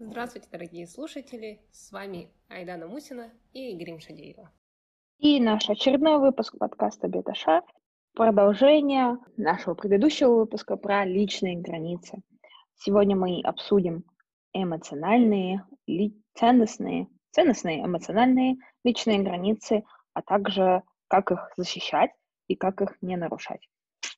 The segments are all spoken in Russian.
Здравствуйте, дорогие слушатели! С вами Айдана Мусина и Грим Шадеева. И наш очередной выпуск подкаста «Беташа» — продолжение нашего предыдущего выпуска про личные границы. Сегодня мы обсудим эмоциональные, ценностные эмоциональные личные границы, а также как их защищать и как их не нарушать.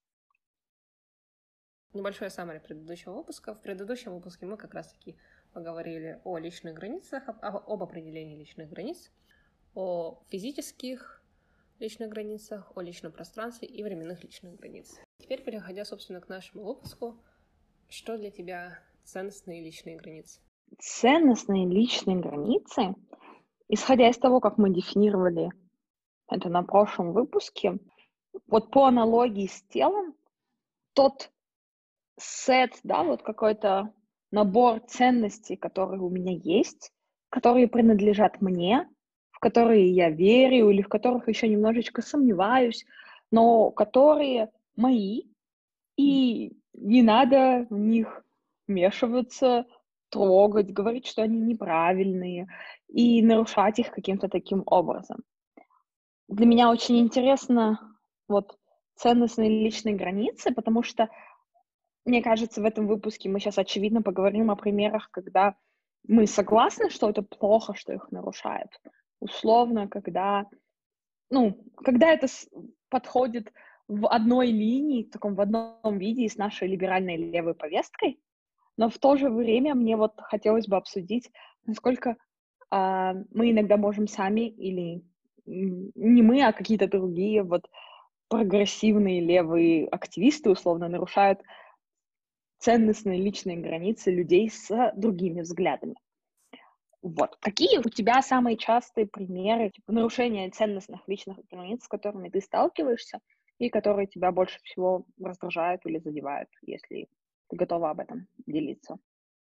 Небольшое саммари предыдущего выпуска. В предыдущем выпуске мы как раз-таки поговорили о личных границах, об определении личных границ, о физических личных границах, о личном пространстве и временных личных границах. Теперь, переходя, собственно, к нашему выпуску, что для тебя ценностные личные границы? Ценностные личные границы, исходя из того, как мы дефинировали это на прошлом выпуске, вот по аналогии с телом, тот сет, да, вот какой-то набор ценностей, которые у меня есть, которые принадлежат мне, в которые я верю или в которых еще немножечко сомневаюсь, но которые мои, и не надо в них вмешиваться, трогать, говорить, что они неправильные, и нарушать их каким-то таким образом. Для меня очень интересно вот ценностные личные границы, потому что мне кажется, в этом выпуске мы сейчас, очевидно, поговорим о примерах, когда мы согласны, что это плохо, что их нарушают. Условно, когда это подходит в одной линии, в одном виде и с нашей либеральной левой повесткой, но в то же время мне вот хотелось бы обсудить, насколько мы иногда можем сами или не мы, а какие-то другие вот прогрессивные левые активисты условно нарушают ценностные личные границы людей с другими взглядами. Вот. Какие у тебя самые частые примеры нарушения ценностных личных границ, с которыми ты сталкиваешься и которые тебя больше всего раздражают или задевают, если ты готова об этом делиться?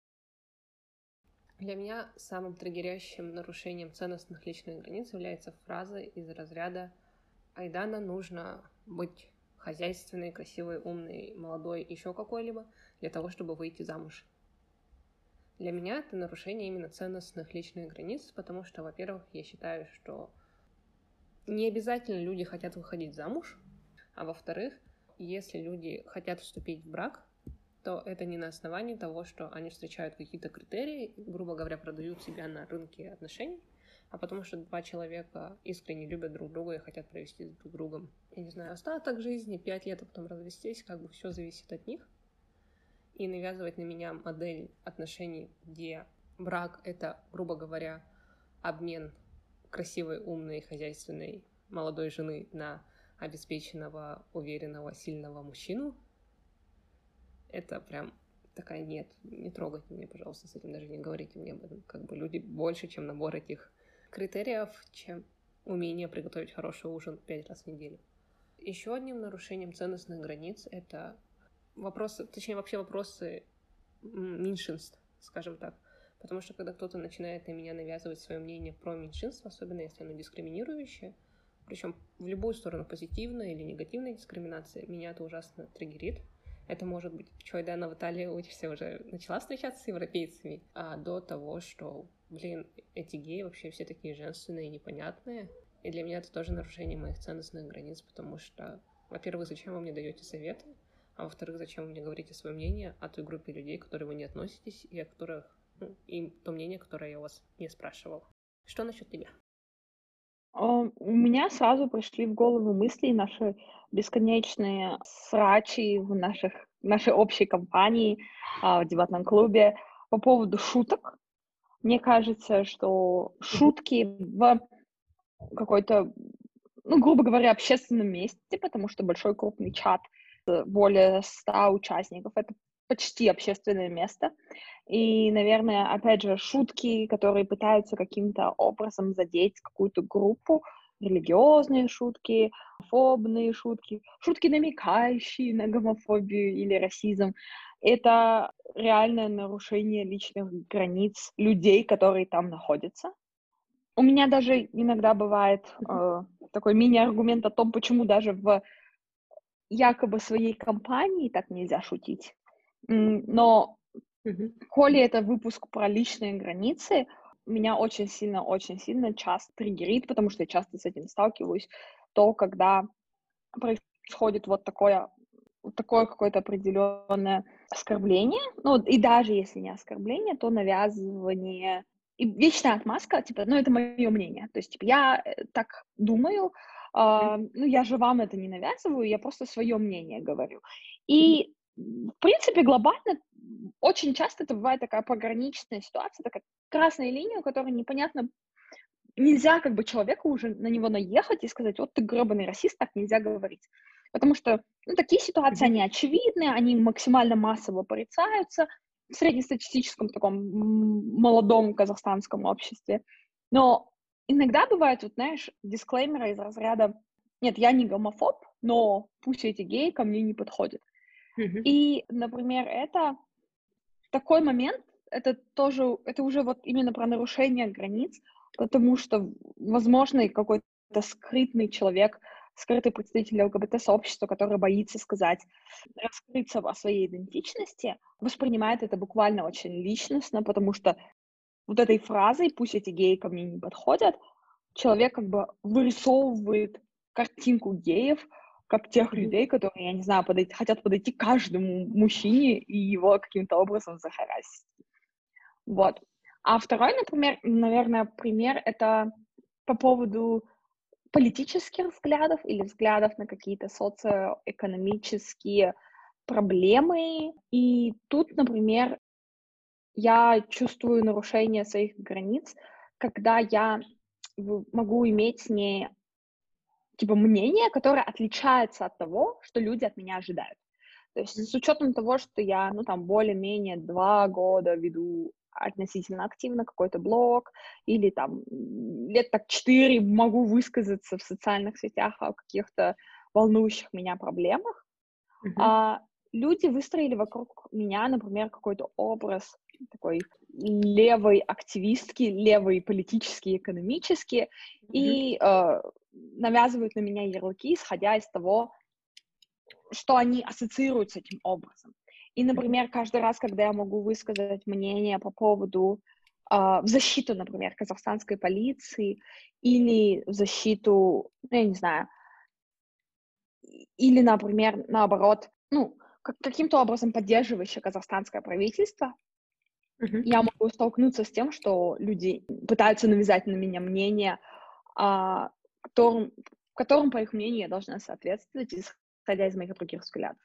Для меня самым триггерящим нарушением ценностных личных границ является фраза из разряда «Айдана нужно быть хозяйственной, красивой, умной, молодой, еще какой-либо для того, чтобы выйти замуж». Для меня это нарушение именно ценностных личных границ, потому что, во-первых, я считаю, что не обязательно люди хотят выходить замуж, а во-вторых, если люди хотят вступить в брак, то это не на основании того, что они встречают какие-то критерии, грубо говоря, продают себя на рынке отношений, а потому что два человека искренне любят друг друга и хотят провести с друг другом, я не знаю, остаток жизни, 5 лет, а потом развестись, как бы все зависит от них. И навязывать на меня модель отношений, где брак — это, грубо говоря, обмен красивой, умной, хозяйственной молодой жены на обеспеченного, уверенного, сильного мужчину, это прям такая нет, не трогайте меня, пожалуйста, с этим даже не говорите мне об этом. Как бы люди больше, чем набор этих критериев, чем умение приготовить хороший ужин 5 раз в неделю. Еще одним нарушением ценностных границ — это вопросы, точнее вообще вопросы меньшинств, скажем так. Потому что когда кто-то начинает на меня навязывать свое мнение про меньшинство, особенно если оно дискриминирующее, причем в любую сторону, позитивная или негативная дискриминация, меня это ужасно триггерит. Это может быть, что Айдана в Италии учишься, уже начала встречаться с европейцами, а до того, что, эти геи вообще все такие женственные и непонятные. И для меня это тоже нарушение моих ценностных границ, потому что, во-первых, зачем вы мне даете советы, а во-вторых, зачем вы мне говорите свое мнение о той группе людей, к которой вы не относитесь, и о которых, и то мнение, которое я у вас не спрашивала. Что насчет тебя? У меня сразу пришли в голову мысли наши бесконечные срачи в нашей общей компании, в дебатном клубе по поводу шуток. Мне кажется, что шутки в какой-то, грубо говоря, общественном месте, потому что большой крупный чат, более 100 участников — это почти общественное место. И, наверное, опять же, шутки, которые пытаются каким-то образом задеть какую-то группу, религиозные шутки, гомофобные шутки, шутки, намекающие на гомофобию или расизм. Это реальное нарушение личных границ людей, которые там находятся. У меня даже иногда бывает такой мини-аргумент о том, почему даже в якобы своей компании так нельзя шутить. Но Коли это выпуск про личные границы, меня очень сильно часто триггерит, потому что я часто с этим сталкиваюсь, то, когда происходит вот такое какое-то определенное оскорбление, ну, и даже если не оскорбление, то навязывание и вечная отмазка, типа, ну, это мое мнение, то есть, типа, я так думаю, ну, я же вам это не навязываю, я просто свое мнение говорю. И, в принципе, глобально очень часто это бывает такая пограничная ситуация, такая красная линия, у которой непонятно, нельзя как бы человеку уже на него наехать и сказать: вот ты гребаный расист, так нельзя говорить. Потому что, ну, такие ситуации, они очевидны, они максимально массово порицаются в среднестатистическом таком молодом казахстанском обществе. Но иногда бывают, вот знаешь, дисклеймеры из разряда: нет, я не гомофоб, но пусть эти геи ко мне не подходят. И, например, это такой момент, это уже вот именно про нарушение границ, потому что, возможно, и какой-то скрытный человек, скрытый представитель ЛГБТ-сообщества, который боится раскрыться о своей идентичности, воспринимает это буквально очень личностно, потому что вот этой фразой «пусть эти геи ко мне не подходят» человек как бы вырисовывает картинку геев как тех людей, которые, я не знаю, хотят подойти к каждому мужчине и его каким-то образом захарасить. Вот. А второй, например, наверное, пример — это по поводу политических взглядов или взглядов на какие-то социоэкономические проблемы. И тут, например, я чувствую нарушение своих границ, когда я могу иметь не типа мнение, которое отличается от того, что люди от меня ожидают. То есть с учетом того, что я, ну, там, более-менее 2 года веду относительно активно какой-то блог, или там лет так 4 могу высказаться в социальных сетях о каких-то волнующих меня проблемах, а люди выстроили вокруг меня, например, какой-то образ такой левой активистки, левой политически, экономически, и навязывают на меня ярлыки, исходя из того, что они ассоциируют с этим образом. И, например, каждый раз, когда я могу высказать мнение по поводу в защиту, например, казахстанской полиции или в защиту, ну, я не знаю, или, например, наоборот, ну, каким-то образом поддерживающее казахстанское правительство, я могу столкнуться с тем, что люди пытаются навязать на меня мнение, а, которым, по их мнению, я должна соответствовать, исходя из моих других взглядов.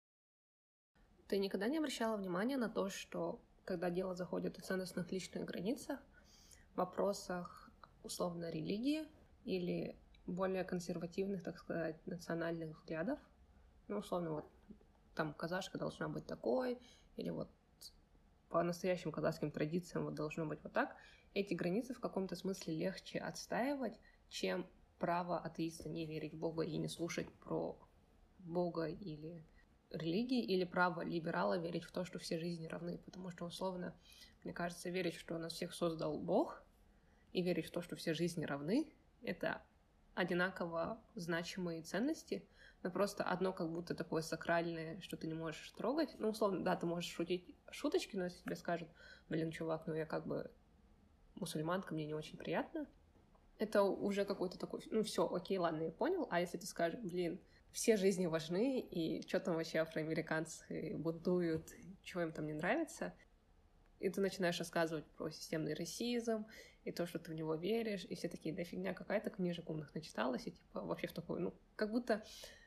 Ты никогда не обращала внимания на то, что когда дело заходит о ценностных личных границах, в вопросах условно религии или более консервативных, так сказать, национальных взглядов, ну, условно, вот там казашка должна быть такой, или вот по настоящим казахским традициям вот должно быть вот так, эти границы в каком-то смысле легче отстаивать, чем право атеиста не верить в Бога и не слушать про Бога или религии, или право либерала верить в то, что все жизни равны. Потому что, условно, мне кажется, верить, что нас всех создал Бог, и верить в то, что все жизни равны, это одинаково значимые ценности, но просто одно как будто такое сакральное, что ты не можешь трогать. Ну, условно, да, ты можешь шутить шуточки, но если тебе скажут: блин, чувак, ну я как бы мусульманка, мне не очень приятно, это уже какой-то такой, ну все, окей, ладно, я понял. А если ты скажешь: блин, все жизни важны, и что там вообще афроамериканцы бунтуют, чего им там не нравится, и ты начинаешь рассказывать про системный расизм, и то, что ты в него веришь, и все такие: да фигня какая-то, книжек умных начиталась, и типа вообще в такой, ну, как будто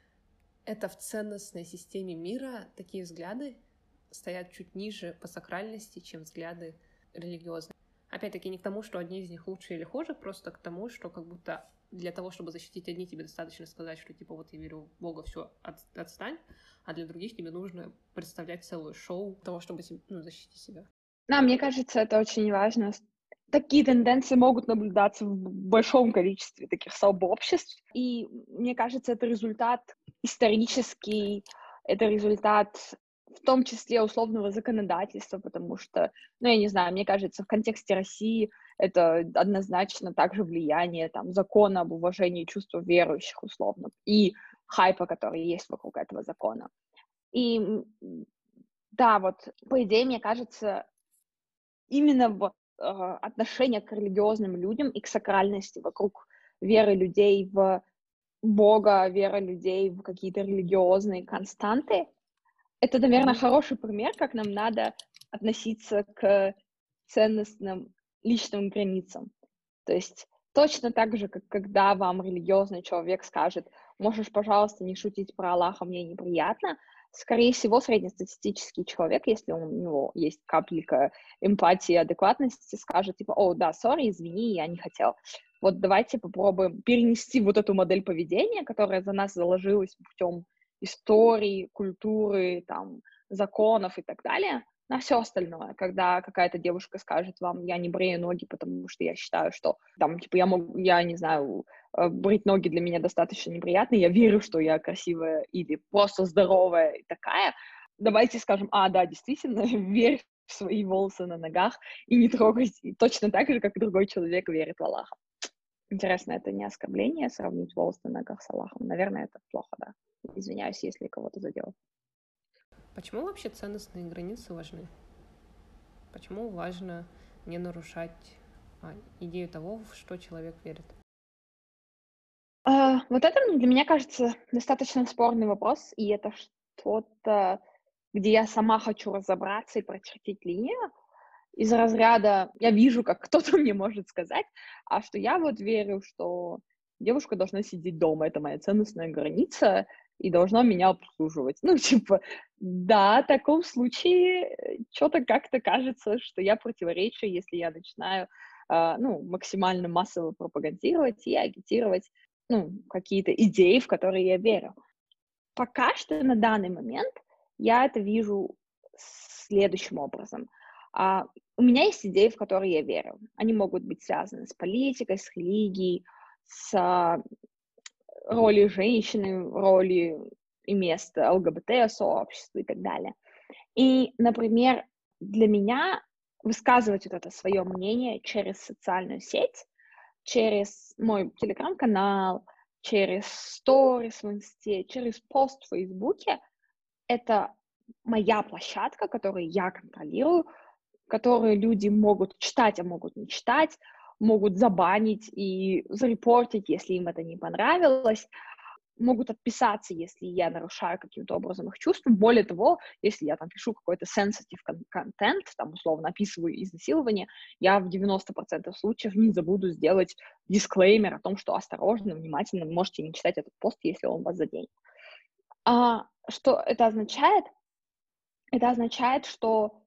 это в ценностной системе мира такие взгляды стоят чуть ниже по сакральности, чем взгляды религиозные. Опять-таки, не к тому, что одни из них лучше или хуже, просто к тому, что как будто для того, чтобы защитить одни, тебе достаточно сказать, что типа вот я верю в Бога, все, отстань, а для других тебе нужно представлять целое шоу того, чтобы защитить себя. Да, мне кажется, это очень важно. Такие тенденции могут наблюдаться в большом количестве таких сообществ. И мне кажется, это результат исторический, это результат в том числе условного законодательства, потому что, ну, я не знаю, мне кажется, в контексте России это однозначно также влияние там закона об уважении чувств верующих условно и хайпа, который есть вокруг этого закона. И Да, вот, по идее, мне кажется, именно вот отношение к религиозным людям и к сакральности вокруг веры людей в Бога, вера людей в какие-то религиозные константы, это, наверное, Мгм. хороший пример, как нам надо относиться к ценностным личным границам. То есть точно так же, как когда вам религиозный человек скажет: "Можешь, пожалуйста, не шутить про Аллаха, мне неприятно", скорее всего, среднестатистический человек, если у него есть капелька эмпатии и адекватности, скажет типа: "О да, сори, извини, я не хотел". Вот давайте попробуем перенести вот эту модель поведения, которая за нас заложилась путем истории, культуры, там, законов и так далее, на все остальное. Когда какая-то девушка скажет вам: "Я не брею ноги, потому что я считаю, что там, типа, я не знаю, брить ноги для меня достаточно неприятно, я верю, что я красивая или просто здоровая и такая". Давайте скажем: "А, да, действительно, верь в свои волосы на ногах и не трогай". И точно так же, как и другой человек верит в Аллаха. Интересно, это не оскорбление сравнить волосы на ногах с Аллахом? Наверное, это плохо, да. Извиняюсь, если кого-то задела. Почему вообще ценностные границы важны? Почему важно не нарушать идею того, в что человек верит? Вот это для меня кажется достаточно спорный вопрос, и это что-то, где я сама хочу разобраться и прочертить линию. Из разряда я вижу, как кто-то мне может сказать, а что я вот верю, что девушка должна сидеть дома, это моя ценностная граница, и должна меня обслуживать. Ну, типа, да, в таком случае что-то как-то кажется, что я противоречу, если я начинаю, ну, максимально массово пропагандировать и агитировать, ну, какие-то идеи, в которые я верю. Пока что на данный момент я это вижу следующим образом. А, у меня есть идеи, в которые я верю. Они могут быть связаны с политикой, с религией, с ролью женщины, ролью и места ЛГБТ-сообщества и так далее. И, например, для меня высказывать вот это свое мнение через социальную сеть, через мой телеграм-канал, через сторис в инсте, через пост в Фейсбуке — это моя площадка, которую я контролирую, которую люди могут читать, а могут не читать, могут забанить и зарепортить, если им это не понравилось, могут отписаться, если я нарушаю каким-то образом их чувства. Более того, если я там пишу какой-то sensitive контент, там, условно, описываю изнасилование, я в 90% случаев не забуду сделать дисклеймер о том, что осторожно, внимательно, можете не читать этот пост, если он вас заденет. Что это означает? Это означает, что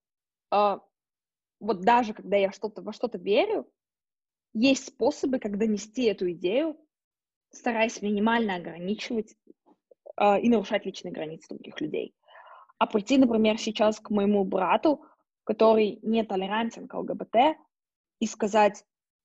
вот даже когда я во что-то верю, есть способы, как донести эту идею, стараясь минимально ограничивать и нарушать личные границы других людей. А прийти, например, сейчас к моему брату, который не толерантен к ЛГБТ, и сказать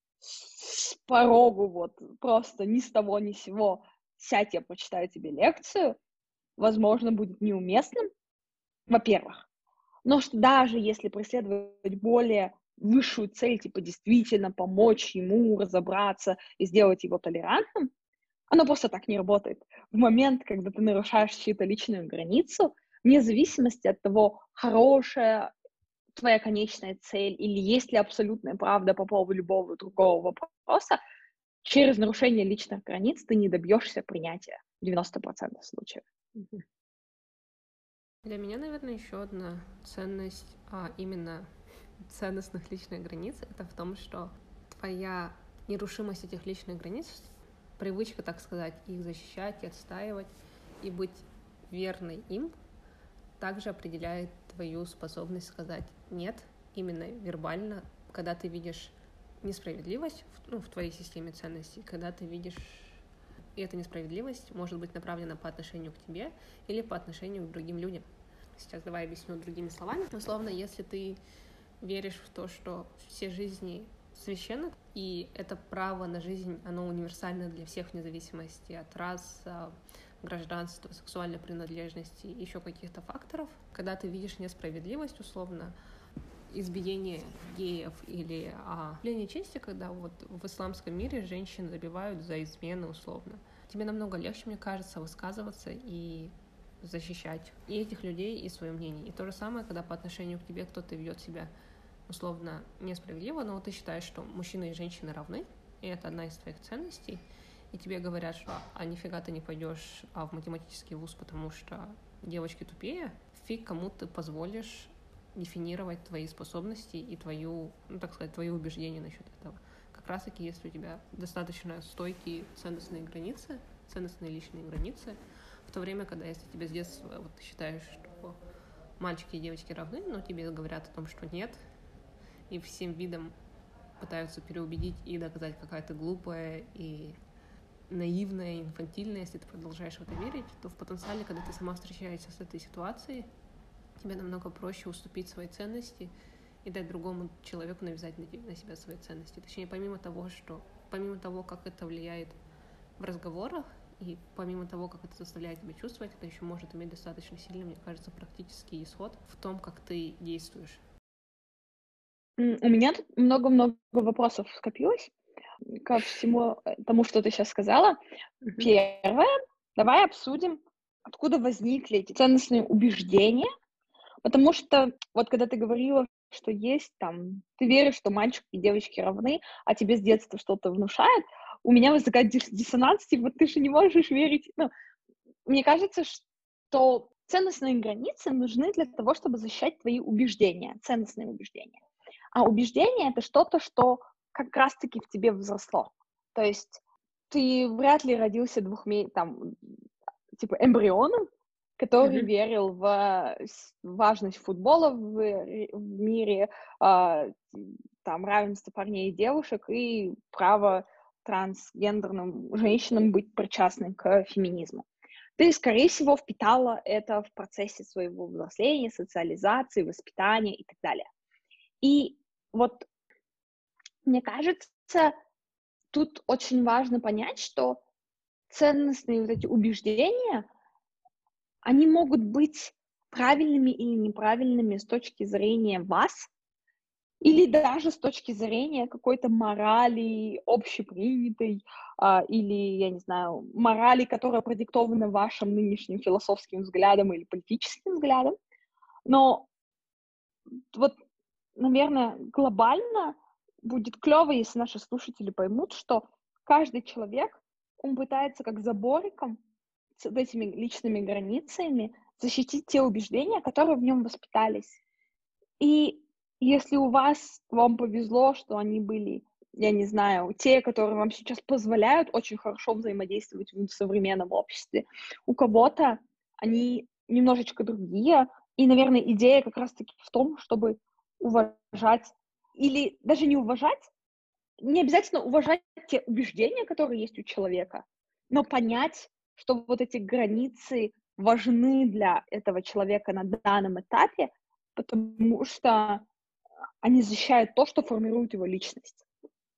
с порогу вот просто ни с того ни с сего: "Сядь, я почитаю тебе лекцию", возможно, будет неуместным, во-первых. Но что даже если преследовать более высшую цель, типа действительно помочь ему разобраться и сделать его толерантным, оно просто так не работает. В момент, когда ты нарушаешь чью-то личную границу, вне зависимости от того, хорошая твоя конечная цель или есть ли абсолютная правда по поводу любого другого вопроса, через нарушение личных границ ты не добьешься принятия в 90% случаев. Для меня, наверное, еще одна ценность, именно ценностных личных границ, это в том, что твоя нерушимость этих личных границ, привычка, так сказать, их защищать и отстаивать, и быть верной им, также определяет твою способность сказать «нет», именно вербально, когда ты видишь несправедливость в твоей системе ценностей, когда ты видишь, и эта несправедливость может быть направлена по отношению к тебе или по отношению к другим людям. Сейчас давай объясню другими словами. Условно, если ты веришь в то, что все жизни священны, и это право на жизнь, оно универсально для всех вне зависимости от расы, гражданства, сексуальной принадлежности, еще каких-то факторов. Когда ты видишь несправедливость, условно, избиение геев или ослабление чести, когда вот в исламском мире женщин забивают за измены, условно. Тебе намного легче, мне кажется, высказываться и защищать и этих людей, и свое мнение. И то же самое, когда по отношению к тебе кто-то ведет себя условно несправедливо, но ты считаешь, что мужчины и женщины равны, и это одна из твоих ценностей, и тебе говорят, что нифига ты не пойдешь в математический вуз, потому что девочки тупее, фиг кому ты позволишь дефинировать твои способности и твою, так сказать, твои убеждения насчет этого. Как раз-таки, если у тебя достаточно стойкие ценностные границы, ценностные личные границы, в то время, когда если тебе с детства ты считаешь, что мальчики и девочки равны, но тебе говорят о том, что нет, и всем видом пытаются переубедить и доказать, какая ты глупая и наивная, инфантильная, если ты продолжаешь в это верить, то в потенциале, когда ты сама встречаешься с этой ситуацией, тебе намного проще уступить свои ценности и дать другому человеку навязать на себя свои ценности. Точнее, помимо того, как это влияет в разговорах, и помимо того, как это заставляет тебя чувствовать, это еще может иметь достаточно сильный, мне кажется, практический исход в том, как ты действуешь. У меня тут много-много вопросов скопилось ко всему тому, что ты сейчас сказала. Первое, давай обсудим, откуда возникли эти ценностные убеждения, потому что вот когда ты говорила, что есть там, ты веришь, что мальчики и девочки равны, а тебе с детства что-то внушают, у меня возникает диссонанс, типа ты же не можешь верить. Ну, мне кажется, что ценностные границы нужны для того, чтобы защищать твои убеждения, ценностные убеждения. А убеждение — это что-то, что как раз-таки в тебе взросло. То есть ты вряд ли родился типа эмбрионом, который верил в важность футбола в мире, там равенство парней и девушек и право трансгендерным женщинам быть причастным к феминизму. Ты, скорее всего, впитала это в процессе своего взросления, социализации, воспитания и так далее. И вот, мне кажется, тут очень важно понять, что ценностные вот эти убеждения, они могут быть правильными или неправильными с точки зрения вас, или даже с точки зрения какой-то морали общепринятой, или, я не знаю, морали, которая продиктована вашим нынешним философским взглядом или политическим взглядом. Но вот, наверное, глобально будет клево, если наши слушатели поймут, что каждый человек, он пытается как забориком с этими личными границами защитить те убеждения, которые в нем воспитались. И если вам повезло, что они были, я не знаю, те, которые вам сейчас позволяют очень хорошо взаимодействовать в современном обществе, у кого-то они немножечко другие, и, наверное, идея как раз-таки в том, чтобы уважать, или даже не уважать, не обязательно уважать те убеждения, которые есть у человека, но понять, что вот эти границы важны для этого человека на данном этапе, потому что они защищают то, что формирует его личность.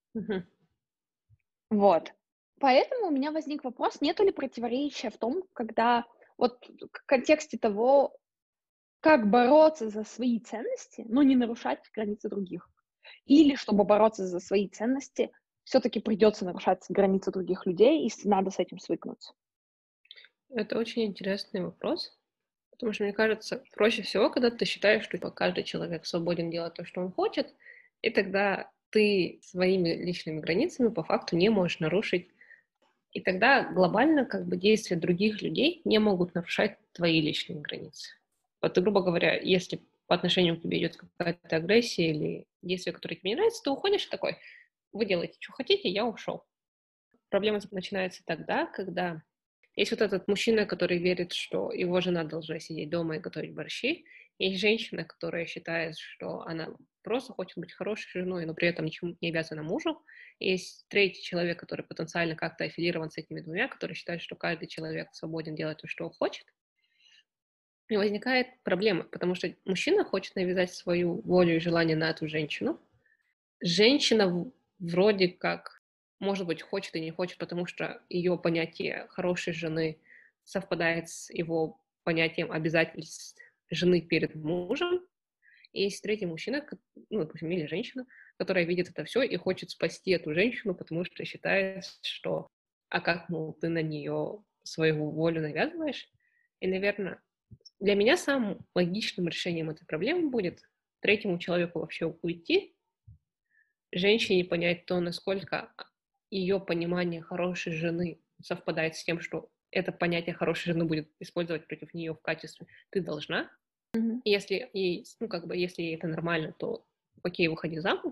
Вот. Поэтому у меня возник вопрос, нету ли противоречия в том, когда вот в контексте того, как бороться за свои ценности, но не нарушать границы других. Или чтобы бороться за свои ценности, все-таки придется нарушать границы других людей, и надо с этим свыкнуться. Это очень интересный вопрос, потому что, мне кажется, проще всего, когда ты считаешь, что каждый человек свободен делать то, что он хочет, и тогда ты своими личными границами по факту не можешь нарушить. И тогда глобально действия других людей не могут нарушать твои личные границы. Вот, грубо говоря, если по отношению к тебе идет какая-то агрессия или действие, которое тебе не нравится, ты уходишь и такой: вы делаете, что хотите, я ушел. Проблема начинается тогда, когда есть вот этот мужчина, который верит, что его жена должна сидеть дома и готовить борщи. Есть женщина, которая считает, что она просто хочет быть хорошей женой, но при этом ничему не обязана мужу. Есть третий человек, который потенциально как-то аффилирован с этими двумя, который считает, что каждый человек свободен делать то, что он хочет. И возникает проблема, потому что мужчина хочет навязать свою волю и желание на эту женщину. Женщина вроде как, может быть, хочет и не хочет, потому что ее понятие хорошей жены совпадает с его понятием обязательств жены перед мужем. И есть третий мужчина, допустим, или женщина, которая видит это все и хочет спасти эту женщину, потому что считает, что как, мол, ты на нее свою волю навязываешь. И, наверное, для меня самым логичным решением этой проблемы будет третьему человеку вообще уйти, женщине понять то, насколько ее понимание хорошей жены совпадает с тем, что это понятие хорошей жены будет использовать против нее в качестве «ты должна». Мгм. И если ей, если ей это нормально, то окей, выходи замуж.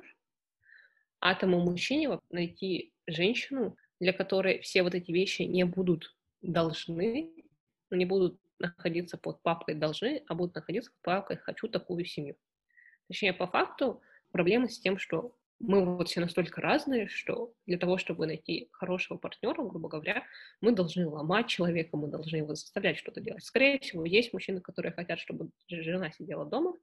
А тому мужчине найти женщину, для которой все вот эти вещи не будут должны, не будут находиться под папкой «должны», а будут находиться под папкой «хочу такую семью». Точнее, по факту проблема с тем, что мы вот все настолько разные, что для того, чтобы найти хорошего партнера, грубо говоря, мы должны ломать человека, мы должны его заставлять что-то делать. Скорее всего, есть мужчины, которые хотят, чтобы жена сидела дома,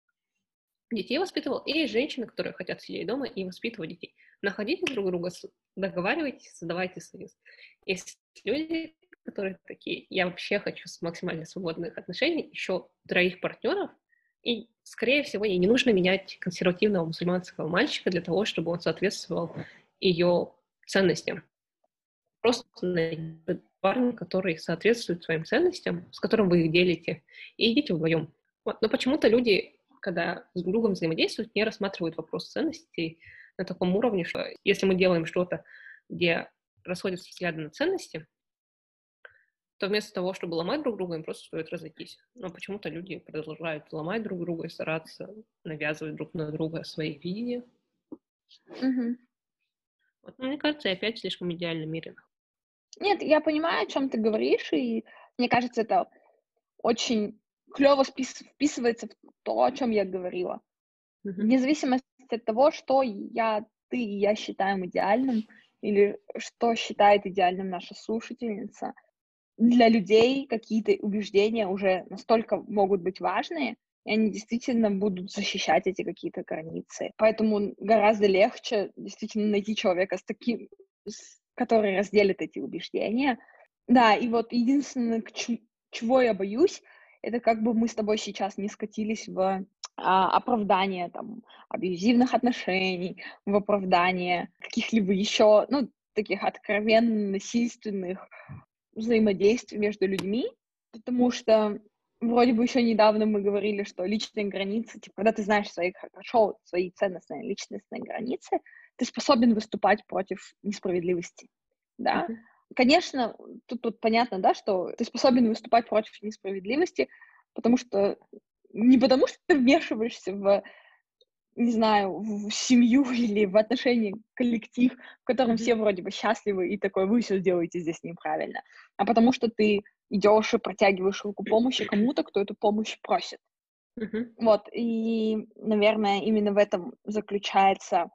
детей воспитывал, и есть женщины, которые хотят сидеть дома и воспитывать детей. Находите друг друга, договаривайтесь, создавайте союз. Есть люди, которые такие, я вообще хочу с максимально свободных отношений, еще троих партнеров, и, скорее всего, ей не нужно менять консервативного мусульманского мальчика для того, чтобы он соответствовал ее ценностям. Просто найдите парня, который соответствует своим ценностям, с которым вы их делите, и идите вдвоем. Вот. Но почему-то люди, когда с друг другом взаимодействуют, не рассматривают вопрос ценностей на таком уровне, что если мы делаем что-то, где расходятся взгляды на ценности, то вместо того, чтобы ломать друг друга, им просто стоит разойтись. Но почему-то люди продолжают ломать друг друга и стараться навязывать друг на друга свои видения. Мгм. Вот. Но мне кажется, я опять слишком идеально мирен. Нет, я понимаю, о чем ты говоришь, и мне кажется, это очень клево вписывается в то, о чем я говорила. Мгм. Вне зависимости от того, что ты и я считаем идеальным, или что считает идеальным наша слушательница, для людей какие-то убеждения уже настолько могут быть важные, и они действительно будут защищать эти какие-то границы. Поэтому гораздо легче действительно найти человека который разделит эти убеждения. Да, и вот единственное, чего я боюсь, это как бы мы с тобой сейчас не скатились в оправдание там абьюзивных отношений, в оправдание каких-либо еще, ну, таких откровенно насильственных взаимодействий между людьми, потому что вроде бы еще недавно мы говорили, что личные границы, типа, когда ты знаешь свои ценностные личностные границы, ты способен выступать против несправедливости, да. Мгм. Конечно, тут понятно, да, что ты способен выступать против несправедливости, потому что не потому, что ты вмешиваешься не знаю, в семью или в отношения, коллектив, в котором Мгм. все вроде бы счастливы, и такой: «Вы все делаете здесь неправильно», а потому что ты идешь и протягиваешь руку помощи кому-то, кто эту помощь просит. Мгм. Вот, и, наверное, именно в этом заключается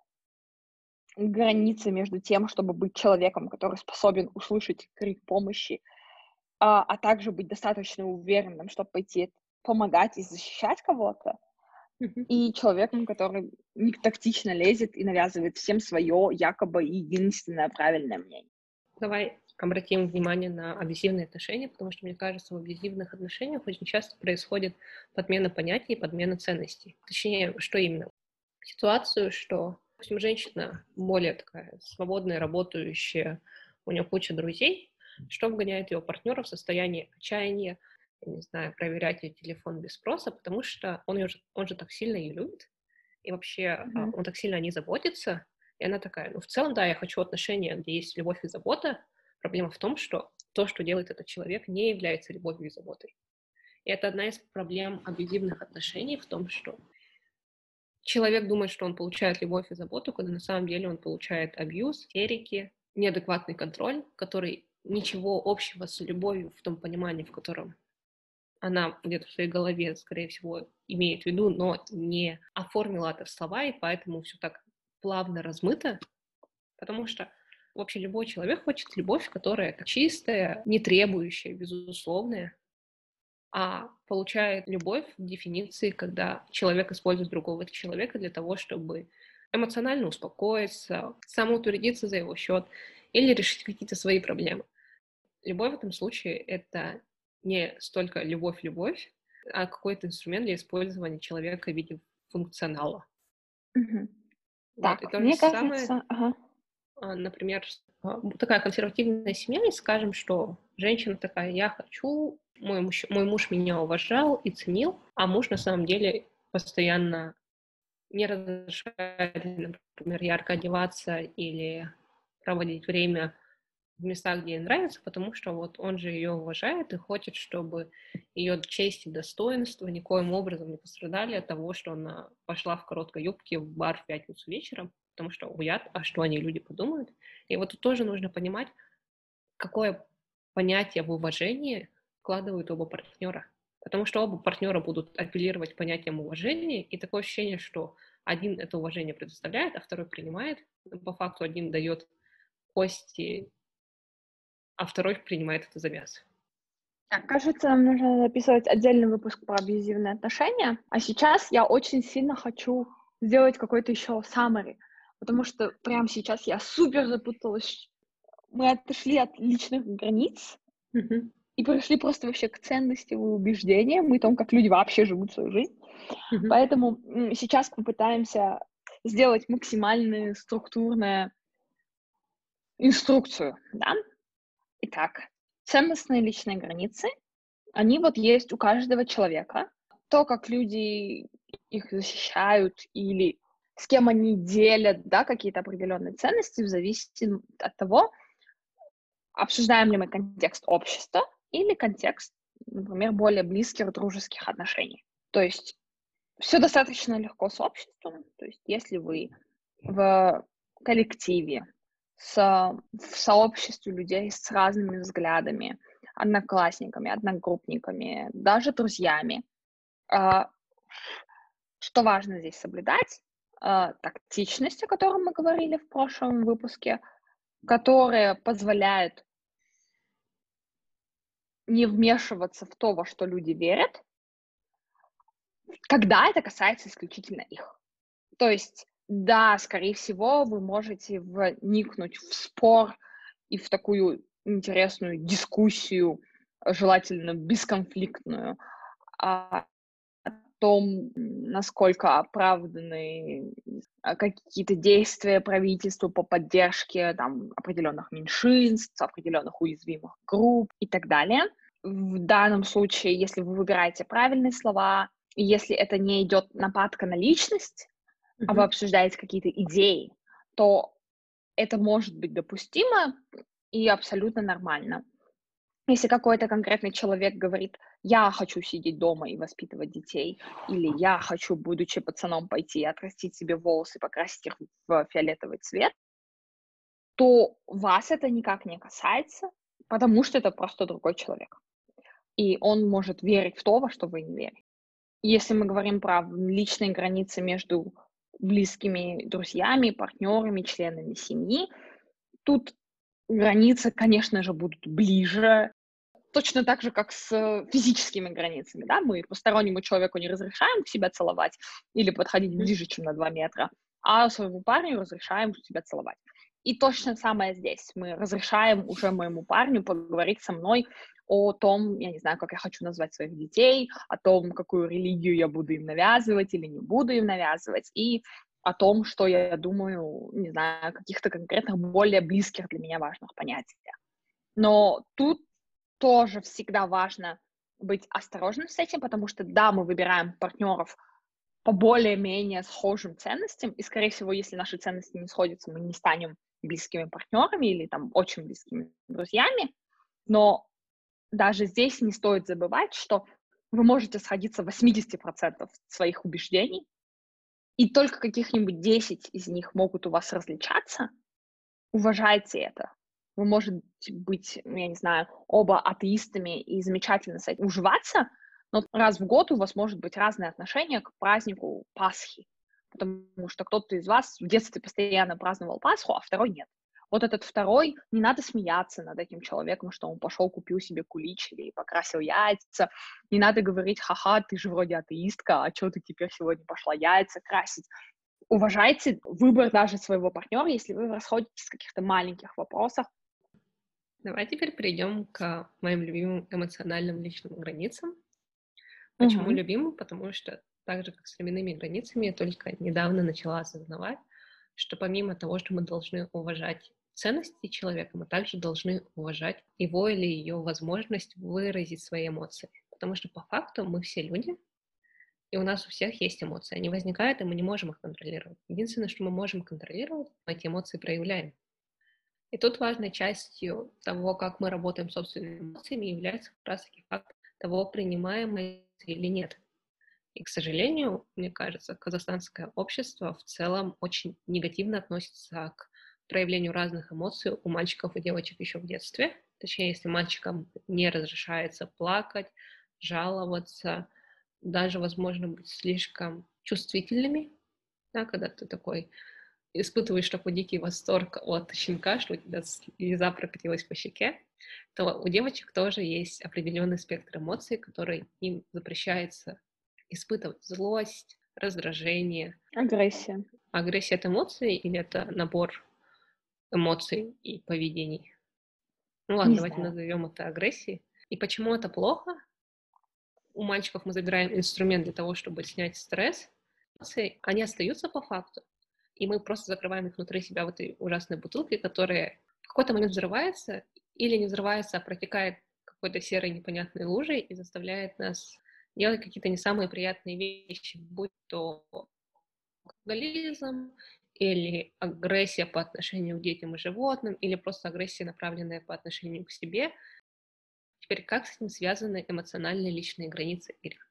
граница между тем, чтобы быть человеком, который способен услышать крик помощи, а также быть достаточно уверенным, чтобы пойти помогать и защищать кого-то, Мгм. и человеком, который не тактично лезет и навязывает всем свое якобы единственное правильное мнение. Давай обратим внимание на абьюзивные отношения, потому что, мне кажется, в абьюзивных отношениях очень часто происходит подмена понятий и подмена ценностей. Точнее, что именно? Ситуацию, что, допустим, женщина более такая свободная, работающая, у нее куча друзей, что вгоняет ее партнера в состояние отчаяния, я не знаю, проверять ее телефон без спроса, потому что он же так сильно ее любит, и вообще Мгм. он так сильно о ней заботится, и она такая, ну, в целом, да, я хочу отношения, где есть любовь и забота. Проблема в том, что то, что делает этот человек, не является любовью и заботой. И это одна из проблем абьюзивных отношений в том, что человек думает, что он получает любовь и заботу, когда на самом деле он получает абьюз, истерики, неадекватный контроль, который ничего общего с любовью в том понимании, в котором она где-то в своей голове, скорее всего, имеет в виду, но не оформила это в слова, и поэтому все так плавно размыто, потому что вообще любой человек хочет любовь, которая чистая, не требующая, безусловная, а получает любовь в дефиниции, когда человек использует другого человека для того, чтобы эмоционально успокоиться, самоутвердиться за его счет или решить какие-то свои проблемы. Любовь в этом случае — это не столько любовь-любовь, а какой-то инструмент для использования человека в виде функционала. Мгм. Вот. И Так, то же мне самое, кажется, ага. например, такая консервативная семья, и скажем, что женщина такая: я хочу, мой муж меня уважал и ценил, а муж на самом деле постоянно не разрешает, например, ярко одеваться или проводить время в местах, где ей нравится, потому что вот он же ее уважает и хочет, чтобы ее честь и достоинство никоим образом не пострадали от того, что она пошла в короткой юбке в бар в пятницу вечером, потому что уят, а что они, люди, подумают. И вот тут тоже нужно понимать, какое понятие в уважении вкладывают оба партнера. Потому что оба партнера будут апеллировать понятием уважения, и такое ощущение, что один это уважение предоставляет, а второй принимает. По факту один дает кости, а второй принимает это за мясо. Так, кажется, нам нужно записывать отдельный выпуск про абьюзивные отношения. А сейчас я очень сильно хочу сделать какой-то еще summary, потому что прямо сейчас я супер запуталась. Мы отошли от личных границ и пришли просто вообще к ценностям и убеждениям и тому, как люди вообще живут свою жизнь. Поэтому сейчас попытаемся сделать максимальную структурную инструкцию, да? Итак, ценностные личные границы, они вот есть у каждого человека. То, как люди их защищают или с кем они делят, да, какие-то определенные ценности, зависит от того, обсуждаем ли мы контекст общества или контекст, например, более близких дружеских отношений. То есть все достаточно легко с обществом. То есть если вы в коллективе, в сообществе людей с разными взглядами, одноклассниками, одногруппниками, даже друзьями, а, что важно здесь соблюдать? Тактичность, о которой мы говорили в прошлом выпуске, которая позволяет не вмешиваться в то, во что люди верят, когда это касается исключительно их. То есть, да, скорее всего, вы можете вникнуть в спор и в такую интересную дискуссию, желательно бесконфликтную, о том, насколько оправданы какие-то действия правительства по поддержке там, определенных меньшинств, определенных уязвимых групп и так далее. В данном случае, если вы выбираете правильные слова, и если это не идет нападка на личность, а вы обсуждаете какие-то идеи, то это может быть допустимо и абсолютно нормально. Если какой-то конкретный человек говорит: я хочу сидеть дома и воспитывать детей, или я хочу, будучи пацаном, пойти и отрастить себе волосы, покрасить их в фиолетовый цвет, то вас это никак не касается, потому что это просто другой человек. И он может верить в то, во что вы не верите. Если мы говорим про личные границы между близкими друзьями, партнерами, членами семьи, тут границы, конечно же, будут ближе, точно так же, как с физическими границами, да, мы постороннему человеку не разрешаем себя целовать или подходить ближе, чем на 2 метра, а своему парню разрешаем себя целовать. И точно самое здесь. Мы разрешаем уже моему парню поговорить со мной о том, я не знаю, как я хочу назвать своих детей, о том, какую религию я буду им навязывать или не буду им навязывать, и о том, что я думаю, не знаю, о каких-то конкретных, более близких для меня важных понятиях. Но тут тоже всегда важно быть осторожным с этим, потому что, да, мы выбираем партнеров по более-менее схожим ценностям, и, скорее всего, если наши ценности не сходятся, мы не станем близкими партнерами или там очень близкими друзьями, но даже здесь не стоит забывать, что вы можете сходиться в 80% своих убеждений, и только каких-нибудь 10 из них могут у вас различаться. Уважайте это. Вы можете быть, я не знаю, оба атеистами и замечательно с этим уживаться, но раз в год у вас может быть разное отношение к празднику Пасхи, потому что кто-то из вас в детстве постоянно праздновал Пасху, а второй нет. Вот этот второй, не надо смеяться над этим человеком, что он пошел, купил себе кулич или покрасил яйца. Не надо говорить: ха-ха, ты же вроде атеистка, а что ты теперь сегодня пошла яйца красить? Уважайте выбор даже своего партнера, если вы расходитесь в каких-то маленьких вопросах. Давай теперь перейдем к моим любимым эмоциональным личным границам. Почему любимым? Потому что так же, как с временными границами, я только недавно начала осознавать, что помимо того, что мы должны уважать ценности человека, мы также должны уважать его или ее возможность выразить свои эмоции. Потому что по факту мы все люди, и у нас у всех есть эмоции. Они возникают, и мы не можем их контролировать. Единственное, что мы можем контролировать, мы эти эмоции проявляем. И тут важной частью того, как мы работаем с собственными эмоциями, является как раз-таки факт того, принимаем мы или нет. И, к сожалению, мне кажется, казахстанское общество в целом очень негативно относится к проявлению разных эмоций у мальчиков и девочек еще в детстве. Точнее, если мальчикам не разрешается плакать, жаловаться, даже, возможно, быть слишком чувствительными, да, когда ты такой испытываешь такой дикий восторг от щенка, что у тебя слеза прокатилась по щеке, то у девочек тоже есть определенный спектр эмоций, который им запрещается испытывать: злость, раздражение. Агрессия. Агрессия — это эмоции или это набор эмоций и поведений? Ну ладно, Не давайте знаю. назовем это агрессией. И почему это плохо? У мальчиков мы забираем инструмент для того, чтобы снять стресс. Эмоции, они остаются по факту, и мы просто закрываем их внутри себя в этой ужасной бутылке, которая в какой-то момент взрывается или не взрывается, а протекает какой-то серой непонятной лужей и заставляет нас делать какие-то не самые приятные вещи, будь то алкоголизм или агрессия по отношению к детям и животным, или просто агрессия, направленная по отношению к себе. Теперь, как с этим связаны эмоциональные личные границы, Ирина?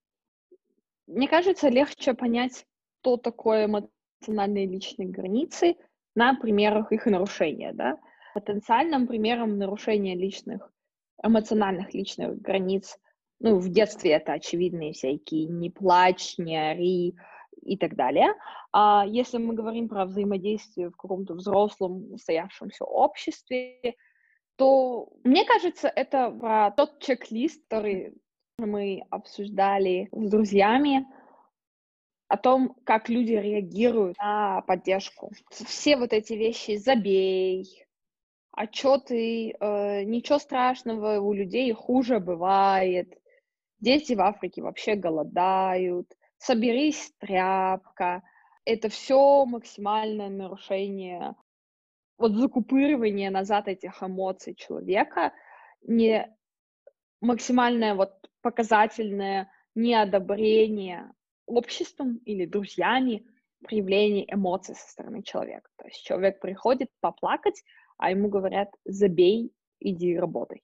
Мне кажется, легче понять, что такое эмоциональные личные границы на примерах их нарушения, да. Потенциальным примером нарушения эмоциональных личных границ, ну, в детстве это очевидные всякие «не плачь», «не ори» и так далее. А если мы говорим про взаимодействие в каком-то взрослом, устоявшемся обществе, то, мне кажется, это про тот чек-лист, который мы обсуждали с друзьями, о том, как люди реагируют на поддержку. Все вот эти вещи: забей, а чё ты, ничего страшного, у людей хуже бывает, дети в Африке вообще голодают, соберись, тряпка. Это все максимальное нарушение, вот закупоривание назад этих эмоций человека, не максимальное вот показательное неодобрение обществом или друзьями проявления эмоций со стороны человека. То есть человек приходит поплакать, а ему говорят: забей, иди работай.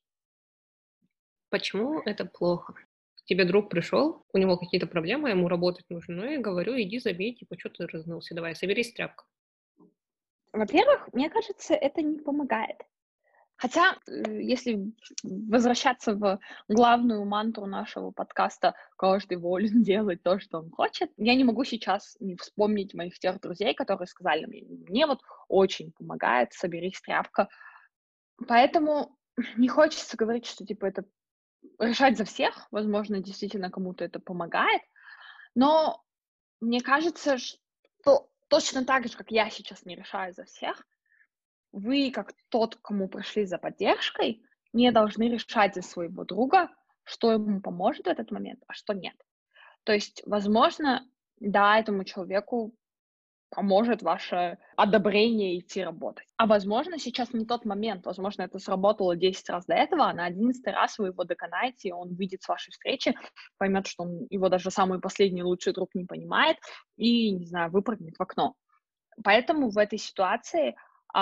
Почему это плохо? К тебе друг пришел, у него какие-то проблемы, ему работать нужно. Ну, я говорю: иди забей, типа, что ты разнылся, давай, соберись, тряпка. Во-первых, мне кажется, это не помогает. Хотя, если возвращаться в главную мантру нашего подкаста «Каждый волен делать то, что он хочет», я не могу сейчас не вспомнить моих тех друзей, которые сказали мне вот очень помогает «соберись, тряпка». Поэтому не хочется говорить, что типа это решать за всех. Возможно, действительно кому-то это помогает, но мне кажется, что точно так же, как я сейчас не решаю за всех, вы, как тот, кому пришли за поддержкой, не должны решать за своего друга, что ему поможет в этот момент, а что нет. То есть, возможно, да, этому человеку поможет ваше одобрение идти работать. А возможно, сейчас не тот момент. Возможно, это сработало 10 раз до этого, а на 11 раз вы его доконаете, и он выйдет с вашей встречи, поймет, что его даже самый последний лучший друг не понимает, и, не знаю, выпрыгнет в окно. Поэтому в этой ситуации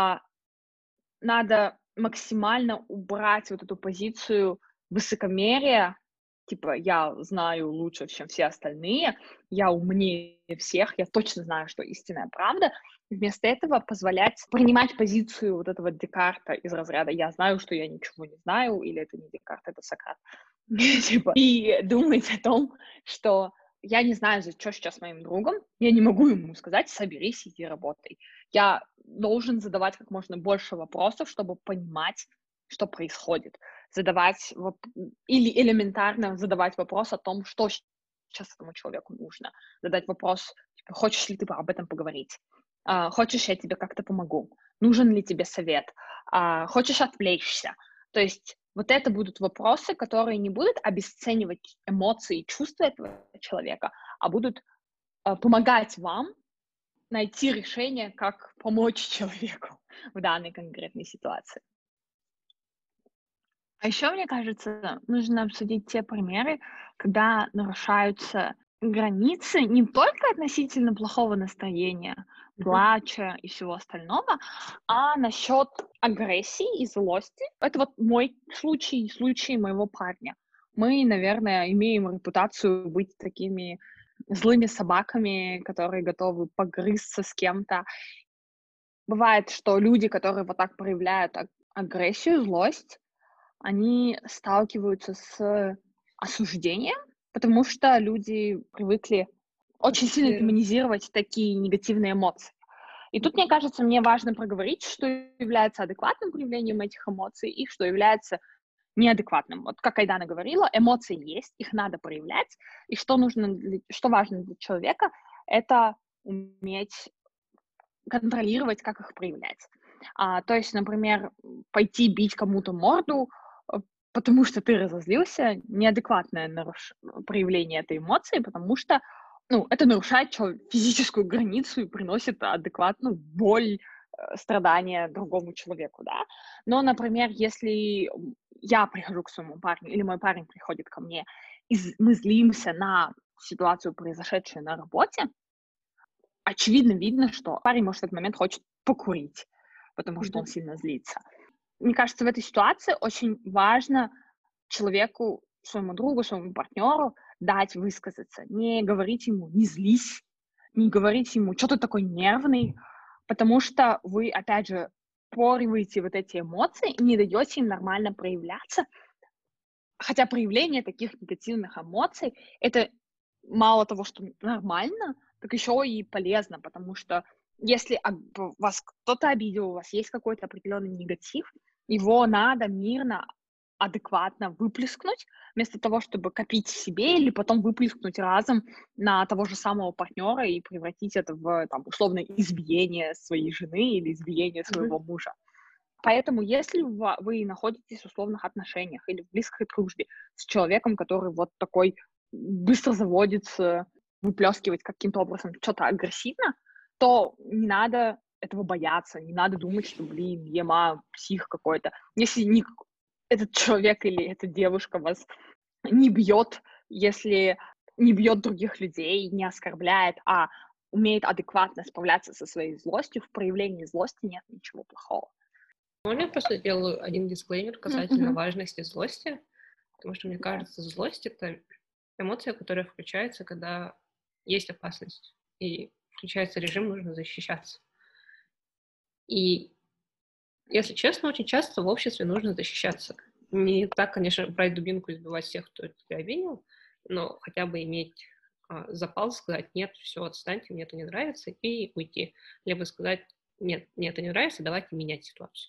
надо максимально убрать вот эту позицию высокомерия, типа я знаю лучше, чем все остальные, я умнее всех, я точно знаю, что истинная правда. Вместо этого позволять принимать позицию вот этого Декарта из разряда «я знаю, что я ничего не знаю», или это не Декарт, это Сократ. Типа, и думать о том, что я не знаю, что сейчас с моим другом, я не могу ему сказать «соберись, иди работай». Я должен задавать как можно больше вопросов, чтобы понимать, что происходит. Или элементарно задавать вопрос о том, что сейчас этому человеку нужно. Задать вопрос, типа, хочешь ли ты об этом поговорить? Хочешь, я тебе как-то помогу? Нужен ли тебе совет? Хочешь отвлечься? То есть вот это будут вопросы, которые не будут обесценивать эмоции и чувства этого человека, а будут помогать вам найти решение, как помочь человеку в данной конкретной ситуации. А еще, мне кажется, нужно обсудить те примеры, когда нарушаются границы не только относительно плохого настроения, плача и всего остального, а насчет агрессии и злости. Это вот мой случай, случай моего парня. Мы, наверное, имеем репутацию быть такими злыми собаками, которые готовы погрызться с кем-то. Бывает, что люди, которые вот так проявляют агрессию, злость, они сталкиваются с осуждением, потому что люди привыкли очень сильно демонизировать такие негативные эмоции. И тут, мне кажется, мне важно проговорить, что является адекватным проявлением этих эмоций и что является неадекватным. Вот как Айдана говорила, эмоции есть, их надо проявлять, и что важно для человека, это уметь контролировать, как их проявлять. То есть, например, пойти бить кому-то морду, потому что ты разозлился, неадекватное проявление этой эмоции, потому что это нарушает физическую границу и приносит адекватную боль, страдания другому человеку, да. Но, например, если я прихожу к своему парню или мой парень приходит ко мне, и мы злимся на ситуацию, произошедшую на работе, очевидно видно, что парень, может, в этот момент хочет покурить, потому что он сильно злится. Мне кажется, в этой ситуации очень важно человеку, своему другу, своему партнеру дать высказаться, не говорить ему «не злись», не говорить ему «что ты такой нервный», потому что вы, опять же, пориваете вот эти эмоции и не даете им нормально проявляться. Хотя проявление таких негативных эмоций — это мало того, что нормально, так еще и полезно, потому что если вас кто-то обидел, у вас есть какой-то определенный негатив, его надо мирно, адекватно выплеснуть, вместо того, чтобы копить в себе или потом выплеснуть разом на того же самого партнера и превратить это в, условное избиение своей жены или избиение своего мужа. Поэтому если вы находитесь в условных отношениях или в близкой дружбе с человеком, который вот такой быстро заводится, выплескивать каким-то образом что-то агрессивно, то не надо этого бояться, не надо думать, что, псих какой-то. Если этот человек или эта девушка вас не бьет, если не бьет других людей, не оскорбляет, а умеет адекватно справляться со своей злостью, в проявлении злости нет ничего плохого. Можно я просто сделаю один дисклеймер касательно важности злости? Потому что, мне кажется, злость — это эмоция, которая включается, когда есть опасность. И включается режим, нужно защищаться. И, если честно, очень часто в обществе нужно защищаться. Не так, конечно, брать дубинку и избивать всех, кто тебя обидел, но хотя бы иметь запал, сказать: нет, все, отстаньте, мне это не нравится, и уйти. Либо сказать: нет, мне это не нравится, давайте менять ситуацию.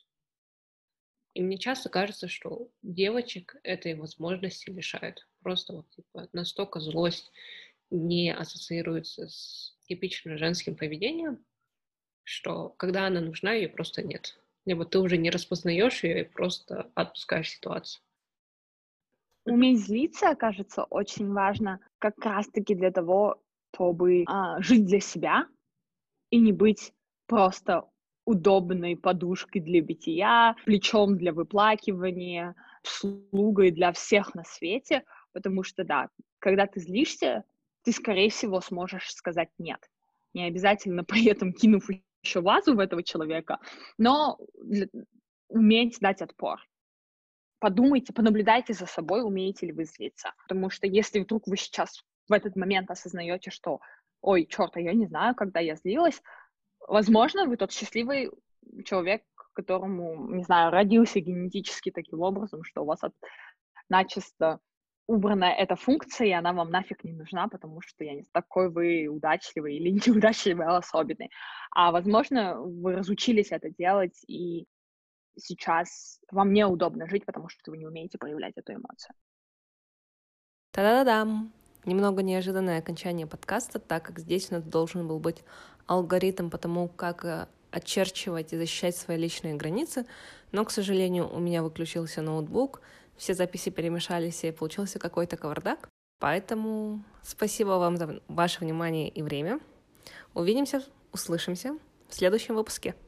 И мне часто кажется, что девочек этой возможности лишают. Просто настолько злость не ассоциируется с типично женским поведением, что когда она нужна, ее просто нет. Либо ты уже не распознаешь ее и просто отпускаешь ситуацию. Уметь злиться, кажется, очень важно как раз-таки для того, чтобы жить для себя и не быть просто удобной подушкой для битья, плечом для выплакивания, слугой для всех на свете, потому что, да, когда ты злишься, ты, скорее всего, сможешь сказать «нет». Не обязательно при этом кинув еще вазу в этого человека, но уметь дать отпор. Подумайте, понаблюдайте за собой, умеете ли вы злиться. Потому что если вдруг вы сейчас в этот момент осознаете, что «ой, черт, я не знаю, когда я злилась», возможно, вы тот счастливый человек, которому, не знаю, родился генетически таким образом, что у вас начисто убрана эта функция, и она вам нафиг не нужна, потому что, я не знаю, такой вы удачливый или неудачливый, а особенный. А, возможно, вы разучились это делать, и сейчас вам неудобно жить, потому что вы не умеете проявлять эту эмоцию. Та-да-да-дам! Немного неожиданное окончание подкаста, так как здесь у нас должен был быть алгоритм по тому, как очерчивать и защищать свои личные границы, но, к сожалению, у меня выключился ноутбук, все записи перемешались, и получился какой-то кавардак. Поэтому спасибо вам за ваше внимание и время. Увидимся Услышимся в следующем выпуске.